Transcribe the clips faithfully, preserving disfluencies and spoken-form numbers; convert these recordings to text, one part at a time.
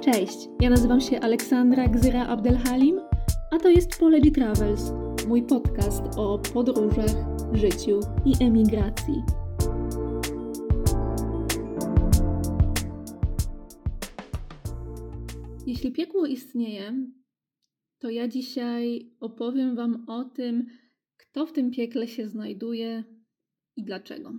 Cześć, ja nazywam się Aleksandra Gzyra Abdelhalim, a to jest Polegi Travels, mój podcast o podróżach, życiu i emigracji. Jeśli piekło istnieje, to ja dzisiaj opowiem Wam o tym, kto w tym piekle się znajduje i dlaczego.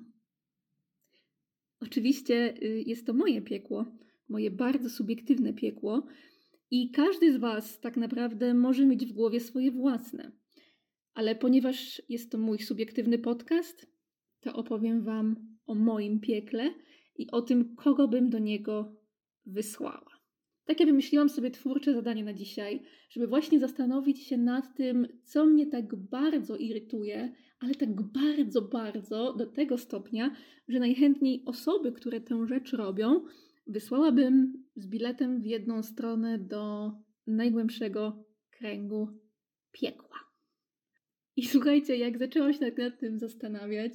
Oczywiście jest to moje piekło, moje bardzo subiektywne piekło i każdy z Was tak naprawdę może mieć w głowie swoje własne. Ale ponieważ jest to mój subiektywny podcast, to opowiem Wam o moim piekle i o tym, kogo bym do niego wysłała. Takie wymyśliłam sobie twórcze zadanie na dzisiaj, żeby właśnie zastanowić się nad tym, co mnie tak bardzo irytuje, ale tak bardzo, bardzo do tego stopnia, że najchętniej osoby, które tę rzecz robią, wysłałabym z biletem w jedną stronę do najgłębszego kręgu piekła. I słuchajcie, jak zaczęłam się nad, nad tym zastanawiać,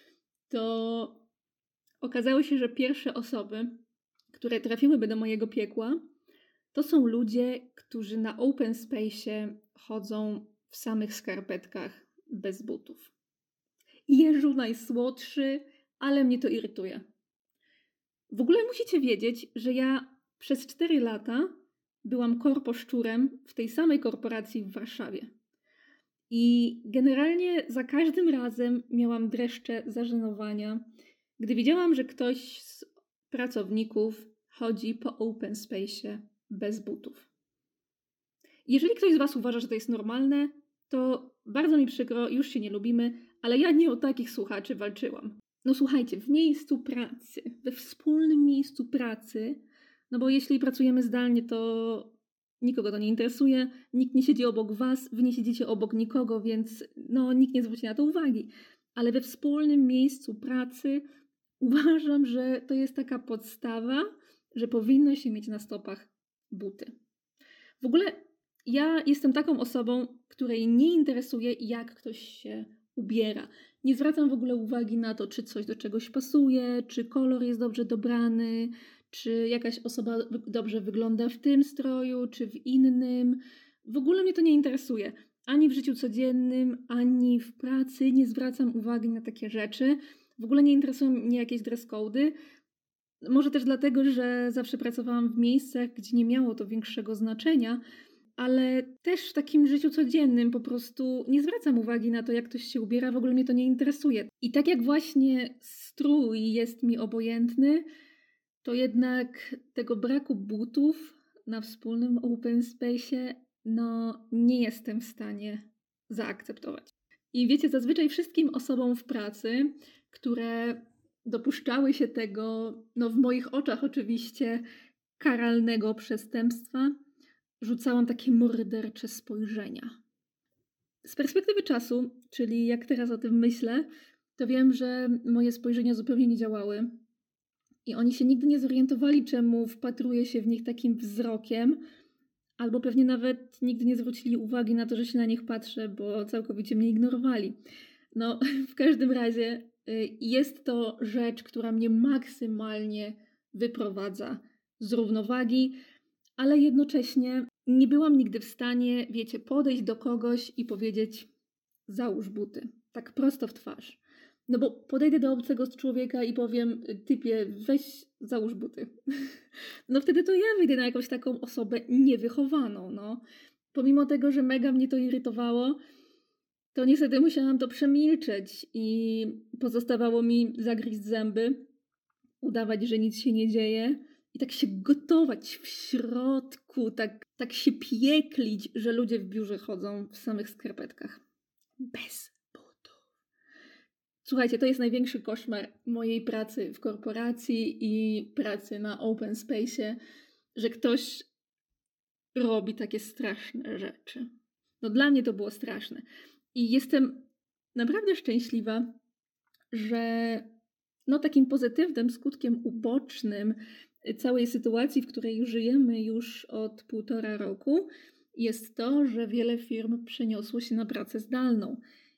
to okazało się, że pierwsze osoby, które trafiłyby do mojego piekła, to są ludzie, którzy na open space'ie chodzą w samych skarpetkach bez butów. Jeżu najsłodszy, ale mnie to irytuje. W ogóle musicie wiedzieć, że ja przez cztery lata byłam korposzczurem w tej samej korporacji w Warszawie. I generalnie za każdym razem miałam dreszcze zażenowania, gdy widziałam, że ktoś z pracowników chodzi po open space'ie bez butów. Jeżeli ktoś z Was uważa, że to jest normalne, to bardzo mi przykro, już się nie lubimy, ale ja nie o takich słuchaczy walczyłam. No słuchajcie, w miejscu pracy, we wspólnym miejscu pracy, no bo jeśli pracujemy zdalnie, to nikogo to nie interesuje, nikt nie siedzi obok Was, Wy nie siedzicie obok nikogo, więc no nikt nie zwróci na to uwagi. Ale we wspólnym miejscu pracy uważam, że to jest taka podstawa, że powinno się mieć na stopach buty. W ogóle ja jestem taką osobą, której nie interesuje, jak ktoś się ubiera. Nie zwracam w ogóle uwagi na to, czy coś do czegoś pasuje, czy kolor jest dobrze dobrany, czy jakaś osoba dobrze wygląda w tym stroju, czy w innym. W ogóle mnie to nie interesuje. Ani w życiu codziennym, ani w pracy nie zwracam uwagi na takie rzeczy. W ogóle nie interesują mnie jakieś dress code'y. Może też dlatego, że zawsze pracowałam w miejscach, gdzie nie miało to większego znaczenia, ale też w takim życiu codziennym po prostu nie zwracam uwagi na to, jak ktoś się ubiera, w ogóle mnie to nie interesuje. I tak jak właśnie strój jest mi obojętny, to jednak tego braku butów na wspólnym open space'ie, no nie jestem w stanie zaakceptować. I wiecie, zazwyczaj wszystkim osobom w pracy, które dopuszczały się tego, no w moich oczach oczywiście, karalnego przestępstwa, rzucałam takie mordercze spojrzenia. Z perspektywy czasu, czyli jak teraz o tym myślę, to wiem, że moje spojrzenia zupełnie nie działały i oni się nigdy nie zorientowali, czemu wpatruję się w nich takim wzrokiem, albo pewnie nawet nigdy nie zwrócili uwagi na to, że się na nich patrzę, bo całkowicie mnie ignorowali. No, w każdym razie jest to rzecz, która mnie maksymalnie wyprowadza z równowagi, ale jednocześnie nie byłam nigdy w stanie, wiecie, podejść do kogoś i powiedzieć: załóż buty, tak prosto w twarz. No bo podejdę do obcego człowieka i powiem: typie, weź załóż buty. No wtedy to ja wyjdę na jakąś taką osobę niewychowaną, no. Pomimo tego, że mega mnie to irytowało, to niestety musiałam to przemilczeć i pozostawało mi zagryźć zęby, udawać, że nic się nie dzieje i tak się gotować w środku, tak, tak się pieklić, że ludzie w biurze chodzą w samych skarpetkach. Bez butów. Słuchajcie, to jest największy koszmar mojej pracy w korporacji i pracy na open space'ie, że ktoś robi takie straszne rzeczy. No dla mnie to było straszne. I jestem naprawdę szczęśliwa, że no takim pozytywnym skutkiem ubocznym całej sytuacji, w której żyjemy już od półtora roku, jest to, że wiele firm przeniosło się na pracę zdalną.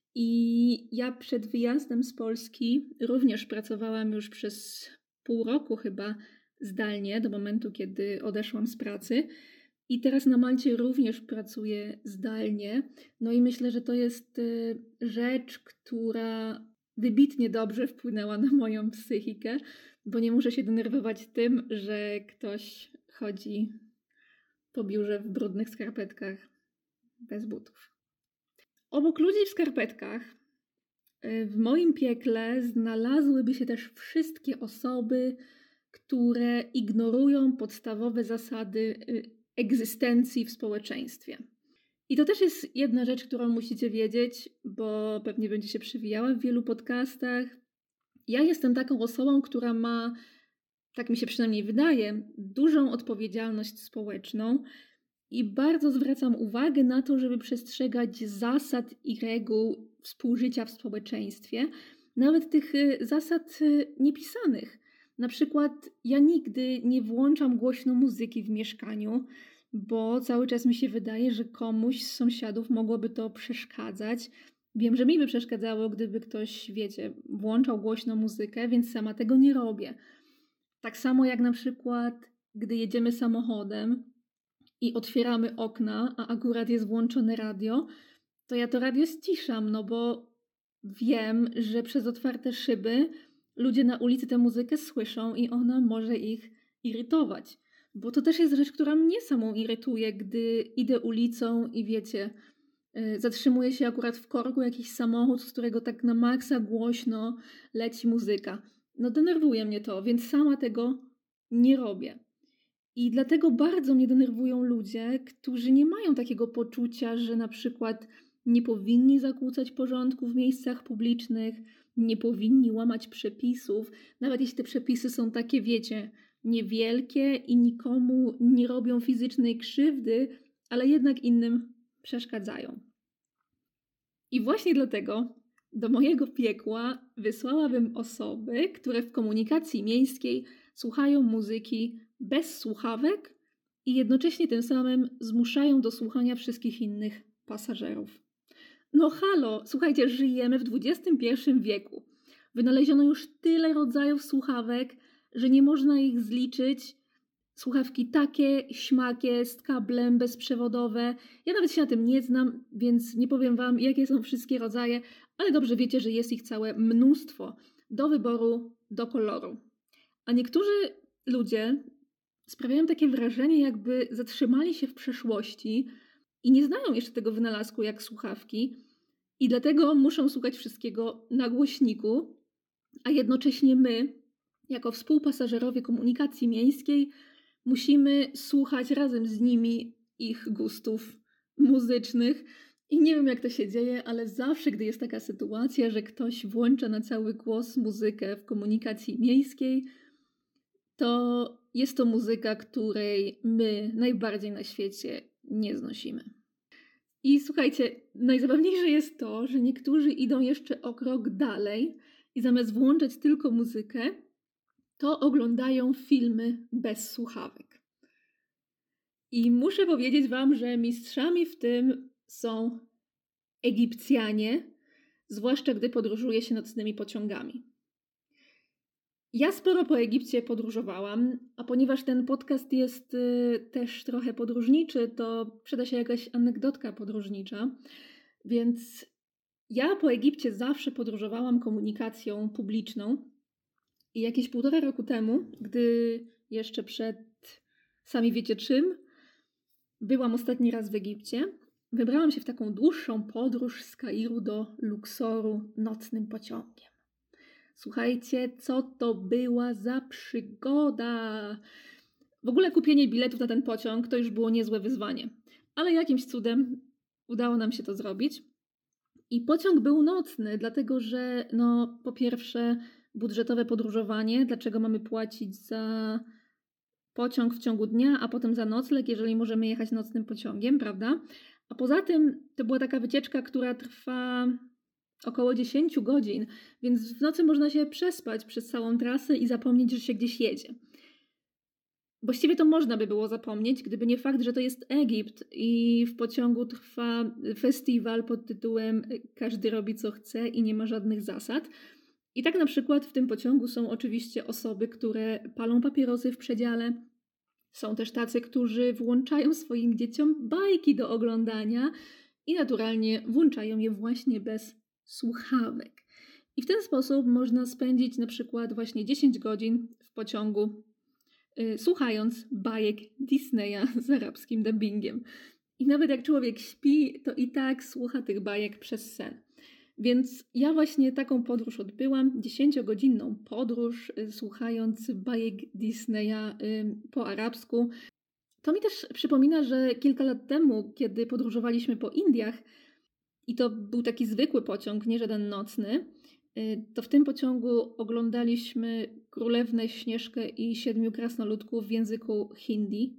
I ja przed wyjazdem z Polski również pracowałam już przez pół roku chyba zdalnie do momentu, kiedy odeszłam z pracy. I teraz na Malcie również pracuję zdalnie. No i myślę, że to jest y, rzecz, która wybitnie dobrze wpłynęła na moją psychikę, bo nie muszę się denerwować tym, że ktoś chodzi po biurze w brudnych skarpetkach bez butów. Obok ludzi w skarpetkach y, w moim piekle znalazłyby się też wszystkie osoby, które ignorują podstawowe zasady y, egzystencji w społeczeństwie. I to też jest jedna rzecz, którą musicie wiedzieć, bo pewnie będzie się przewijała w wielu podcastach. Ja jestem taką osobą, która ma, tak mi się przynajmniej wydaje, dużą odpowiedzialność społeczną i bardzo zwracam uwagę na to, żeby przestrzegać zasad i reguł współżycia w społeczeństwie, nawet tych zasad niepisanych. Na przykład ja nigdy nie włączam głośno muzyki w mieszkaniu, bo cały czas mi się wydaje, że komuś z sąsiadów mogłoby to przeszkadzać. Wiem, że mi by przeszkadzało, gdyby ktoś, wiecie, włączał głośno muzykę, więc sama tego nie robię. Tak samo jak na przykład, gdy jedziemy samochodem i otwieramy okna, a akurat jest włączone radio, to ja to radio ściszam, no bo wiem, że przez otwarte szyby ludzie na ulicy tę muzykę słyszą i ona może ich irytować. Bo to też jest rzecz, która mnie samą irytuje, gdy idę ulicą i wiecie, yy, zatrzymuje się akurat w korku jakiś samochód, z którego tak na maksa głośno leci muzyka. No denerwuje mnie to, więc sama tego nie robię. I dlatego bardzo mnie denerwują ludzie, którzy nie mają takiego poczucia, że na przykład nie powinni zakłócać porządku w miejscach publicznych, nie powinni łamać przepisów, nawet jeśli te przepisy są takie, wiecie, niewielkie i nikomu nie robią fizycznej krzywdy, ale jednak innym przeszkadzają. I właśnie dlatego do mojego piekła wysłałabym osoby, które w komunikacji miejskiej słuchają muzyki bez słuchawek i jednocześnie tym samym zmuszają do słuchania wszystkich innych pasażerów. No halo, słuchajcie, żyjemy w dwudziestym pierwszym wieku. Wynaleziono już tyle rodzajów słuchawek, że nie można ich zliczyć. Słuchawki takie, śmakie, z kablem, bezprzewodowe. Ja nawet się na tym nie znam, więc nie powiem wam, jakie są wszystkie rodzaje, ale dobrze wiecie, że jest ich całe mnóstwo do wyboru, do koloru. A niektórzy ludzie sprawiają takie wrażenie, jakby zatrzymali się w przeszłości i nie znają jeszcze tego wynalazku jak słuchawki i dlatego muszą słuchać wszystkiego na głośniku, a jednocześnie my, jako współpasażerowie komunikacji miejskiej, musimy słuchać razem z nimi ich gustów muzycznych. I nie wiem, jak to się dzieje, ale zawsze, gdy jest taka sytuacja, że ktoś włącza na cały głos muzykę w komunikacji miejskiej, to jest to muzyka, której my najbardziej na świecie nie znosimy. I słuchajcie, najzabawniejsze jest to, że niektórzy idą jeszcze o krok dalej i zamiast włączać tylko muzykę, to oglądają filmy bez słuchawek. I muszę powiedzieć wam, że mistrzami w tym są Egipcjanie, zwłaszcza gdy podróżuje się nocnymi pociągami. Ja sporo po Egipcie podróżowałam, a ponieważ ten podcast jest y, też trochę podróżniczy, to przyda się jakaś anegdotka podróżnicza. Więc ja po Egipcie zawsze podróżowałam komunikacją publiczną i jakieś półtora roku temu, gdy jeszcze przed sami wiecie czym, byłam ostatni raz w Egipcie, wybrałam się w taką dłuższą podróż z Kairu do Luksoru nocnym pociągiem. Słuchajcie, co to była za przygoda! W ogóle kupienie biletów na ten pociąg to już było niezłe wyzwanie. Ale jakimś cudem udało nam się to zrobić. I pociąg był nocny, dlatego że no po pierwsze budżetowe podróżowanie, dlaczego mamy płacić za pociąg w ciągu dnia, a potem za nocleg, jeżeli możemy jechać nocnym pociągiem, prawda? A poza tym to była taka wycieczka, która trwa około dziesięć godzin, więc w nocy można się przespać przez całą trasę i zapomnieć, że się gdzieś jedzie. Właściwie to można by było zapomnieć, gdyby nie fakt, że to jest Egipt i w pociągu trwa festiwal pod tytułem Każdy robi co chce i nie ma żadnych zasad. I tak na przykład w tym pociągu są oczywiście osoby, które palą papierosy w przedziale. Są też tacy, którzy włączają swoim dzieciom bajki do oglądania i naturalnie włączają je właśnie bez słuchawek. I w ten sposób można spędzić na przykład właśnie dziesięć godzin w pociągu, yy, słuchając bajek Disneya z arabskim dubbingiem. I nawet jak człowiek śpi, to i tak słucha tych bajek przez sen. Więc ja właśnie taką podróż odbyłam, dziesięciogodzinną podróż, y, słuchając bajek Disneya y, po arabsku. To mi też przypomina, że kilka lat temu, kiedy podróżowaliśmy po Indiach, i to był taki zwykły pociąg, nie żaden nocny, y, to w tym pociągu oglądaliśmy Królewnę Śnieżkę i Siedmiu Krasnoludków w języku hindi,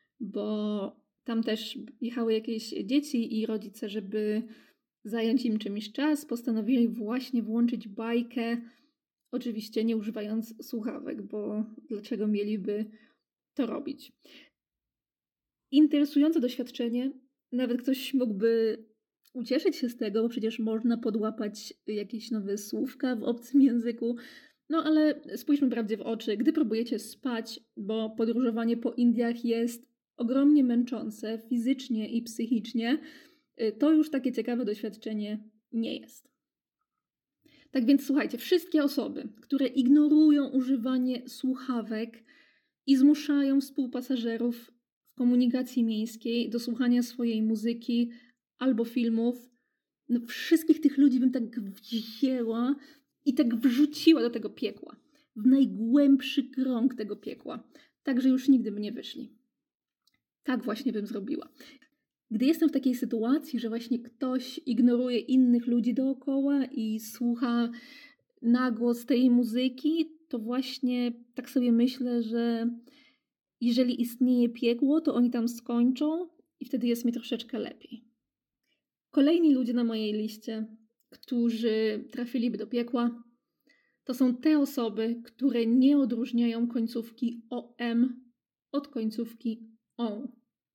bo tam też jechały jakieś dzieci i rodzice, żeby zająć im czymś czas, postanowili właśnie włączyć bajkę, oczywiście nie używając słuchawek, bo dlaczego mieliby to robić? Interesujące doświadczenie, nawet ktoś mógłby ucieszyć się z tego, bo przecież można podłapać jakieś nowe słówka w obcym języku, no ale spójrzmy prawdzie w oczy, gdy próbujecie spać, bo podróżowanie po Indiach jest ogromnie męczące fizycznie i psychicznie, to już takie ciekawe doświadczenie nie jest. Tak więc słuchajcie, wszystkie osoby, które ignorują używanie słuchawek i zmuszają współpasażerów w komunikacji miejskiej do słuchania swojej muzyki albo filmów, no wszystkich tych ludzi bym tak wzięła i tak wrzuciła do tego piekła. W najgłębszy krąg tego piekła. Tak, że już nigdy by nie wyszli. Tak właśnie bym zrobiła. Gdy jestem w takiej sytuacji, że właśnie ktoś ignoruje innych ludzi dookoła i słucha na głos tej muzyki, to właśnie tak sobie myślę, że jeżeli istnieje piekło, to oni tam skończą i wtedy jest mi troszeczkę lepiej. Kolejni ludzie na mojej liście, którzy trafiliby do piekła, to są te osoby, które nie odróżniają końcówki o em od końcówki o.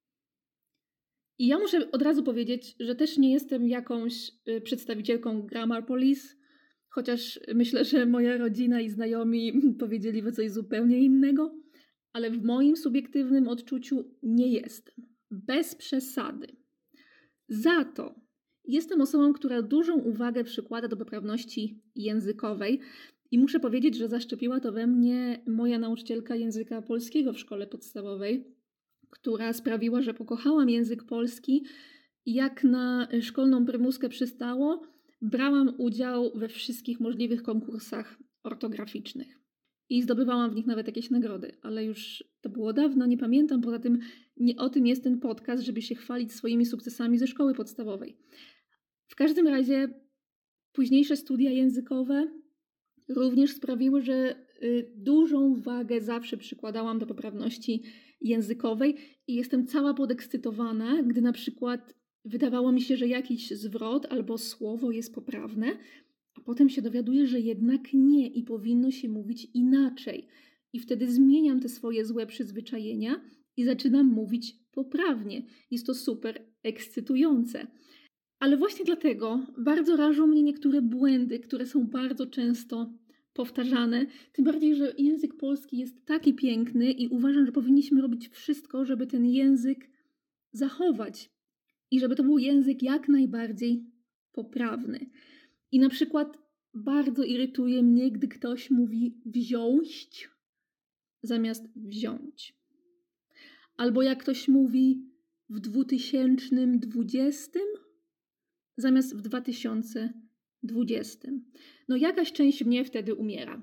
I ja muszę od razu powiedzieć, że też nie jestem jakąś y, przedstawicielką Grammar Police, chociaż myślę, że moja rodzina i znajomi powiedzieliby coś zupełnie innego, ale w moim subiektywnym odczuciu nie jestem. Bez przesady. Za to jestem osobą, która dużą uwagę przykłada do poprawności językowej i muszę powiedzieć, że zaszczepiła to we mnie moja nauczycielka języka polskiego w szkole podstawowej, która sprawiła, że pokochałam język polski i jak na szkolną prymuskę przystało, brałam udział we wszystkich możliwych konkursach ortograficznych. I zdobywałam w nich nawet jakieś nagrody, ale już to było dawno, nie pamiętam, poza tym nie o tym jest ten podcast, żeby się chwalić swoimi sukcesami ze szkoły podstawowej. W każdym razie późniejsze studia językowe również sprawiły, że y, dużą wagę zawsze przykładałam do poprawności językowej i jestem cała podekscytowana, gdy na przykład wydawało mi się, że jakiś zwrot albo słowo jest poprawne, a potem się dowiaduję, że jednak nie i powinno się mówić inaczej. I wtedy zmieniam te swoje złe przyzwyczajenia i zaczynam mówić poprawnie. Jest to super ekscytujące. Ale właśnie dlatego bardzo rażą mnie niektóre błędy, które są bardzo często powtarzane. Tym bardziej, że język polski jest taki piękny i uważam, że powinniśmy robić wszystko, żeby ten język zachować i żeby to był język jak najbardziej poprawny. I na przykład bardzo irytuje mnie, gdy ktoś mówi wziąć zamiast wziąć. Albo jak ktoś mówi w dwa tysiące dwudziestym zamiast w dwa tysiące dwudziestym. No jakaś część mnie wtedy umiera.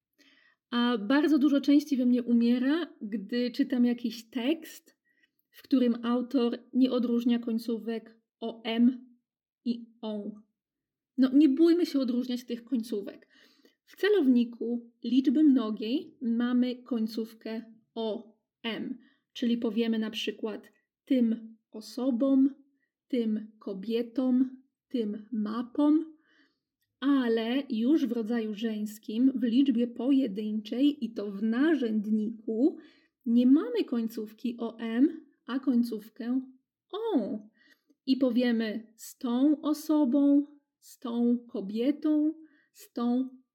A bardzo dużo części we mnie umiera, gdy czytam jakiś tekst, w którym autor nie odróżnia końcówek o em i o. No nie bójmy się odróżniać tych końcówek. W celowniku liczby mnogiej mamy końcówkę o em, czyli powiemy na przykład tym osobom, tym kobietom, tym mapom, ale już w rodzaju żeńskim, w liczbie pojedynczej i to w narzędniku nie mamy końcówki o em, a końcówkę o. I powiemy z tą osobą, z tą kobietą, z tą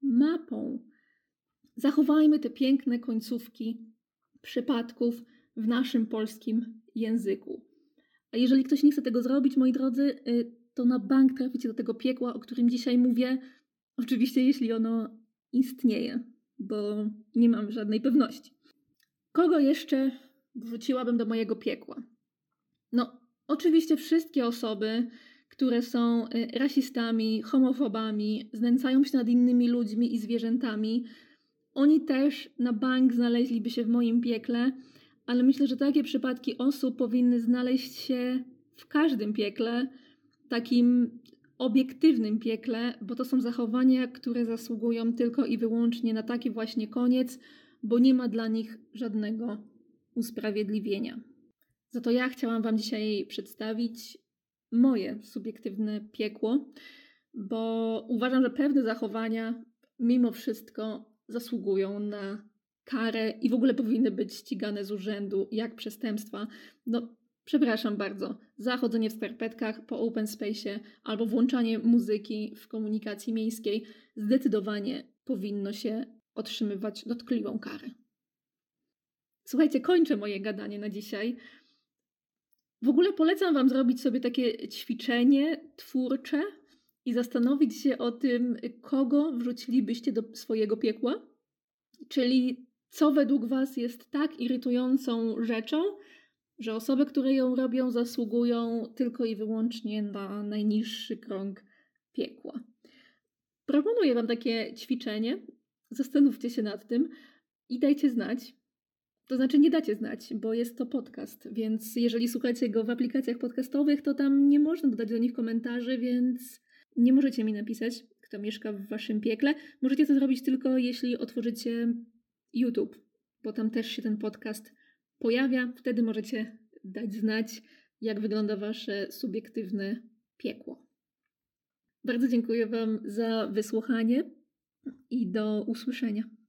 mapą. Zachowajmy te piękne końcówki przypadków w naszym polskim języku. A jeżeli ktoś nie chce tego zrobić, moi drodzy, to na bank traficie do tego piekła, o którym dzisiaj mówię. Oczywiście, jeśli ono istnieje, bo nie mam żadnej pewności. Kogo jeszcze wrzuciłabym do mojego piekła? No, oczywiście wszystkie osoby, które są rasistami, homofobami, znęcają się nad innymi ludźmi i zwierzętami. Oni też na bank znaleźliby się w moim piekle, ale myślę, że takie przypadki osób powinny znaleźć się w każdym piekle, takim obiektywnym piekle, bo to są zachowania, które zasługują tylko i wyłącznie na taki właśnie koniec, bo nie ma dla nich żadnego usprawiedliwienia. Za to ja chciałam Wam dzisiaj przedstawić moje subiektywne piekło, bo uważam, że pewne zachowania mimo wszystko zasługują na karę i w ogóle powinny być ścigane z urzędu jak przestępstwa. No, przepraszam bardzo, zachodzenie w skarpetkach po open space'ie albo włączanie muzyki w komunikacji miejskiej zdecydowanie powinno się otrzymywać dotkliwą karę. Słuchajcie, kończę moje gadanie na dzisiaj. W ogóle polecam Wam zrobić sobie takie ćwiczenie twórcze i zastanowić się o tym, kogo wrzucilibyście do swojego piekła, czyli co według Was jest tak irytującą rzeczą, że osoby, które ją robią, zasługują tylko i wyłącznie na najniższy krąg piekła. Proponuję Wam takie ćwiczenie, zastanówcie się nad tym i dajcie znać. To znaczy nie dacie znać, bo jest to podcast, więc jeżeli słuchacie go w aplikacjach podcastowych, to tam nie można dodać do nich komentarzy, więc nie możecie mi napisać, kto mieszka w Waszym piekle. Możecie to zrobić tylko, jeśli otworzycie YouTube, bo tam też się ten podcast pojawia. Wtedy możecie dać znać, jak wygląda Wasze subiektywne piekło. Bardzo dziękuję Wam za wysłuchanie i do usłyszenia.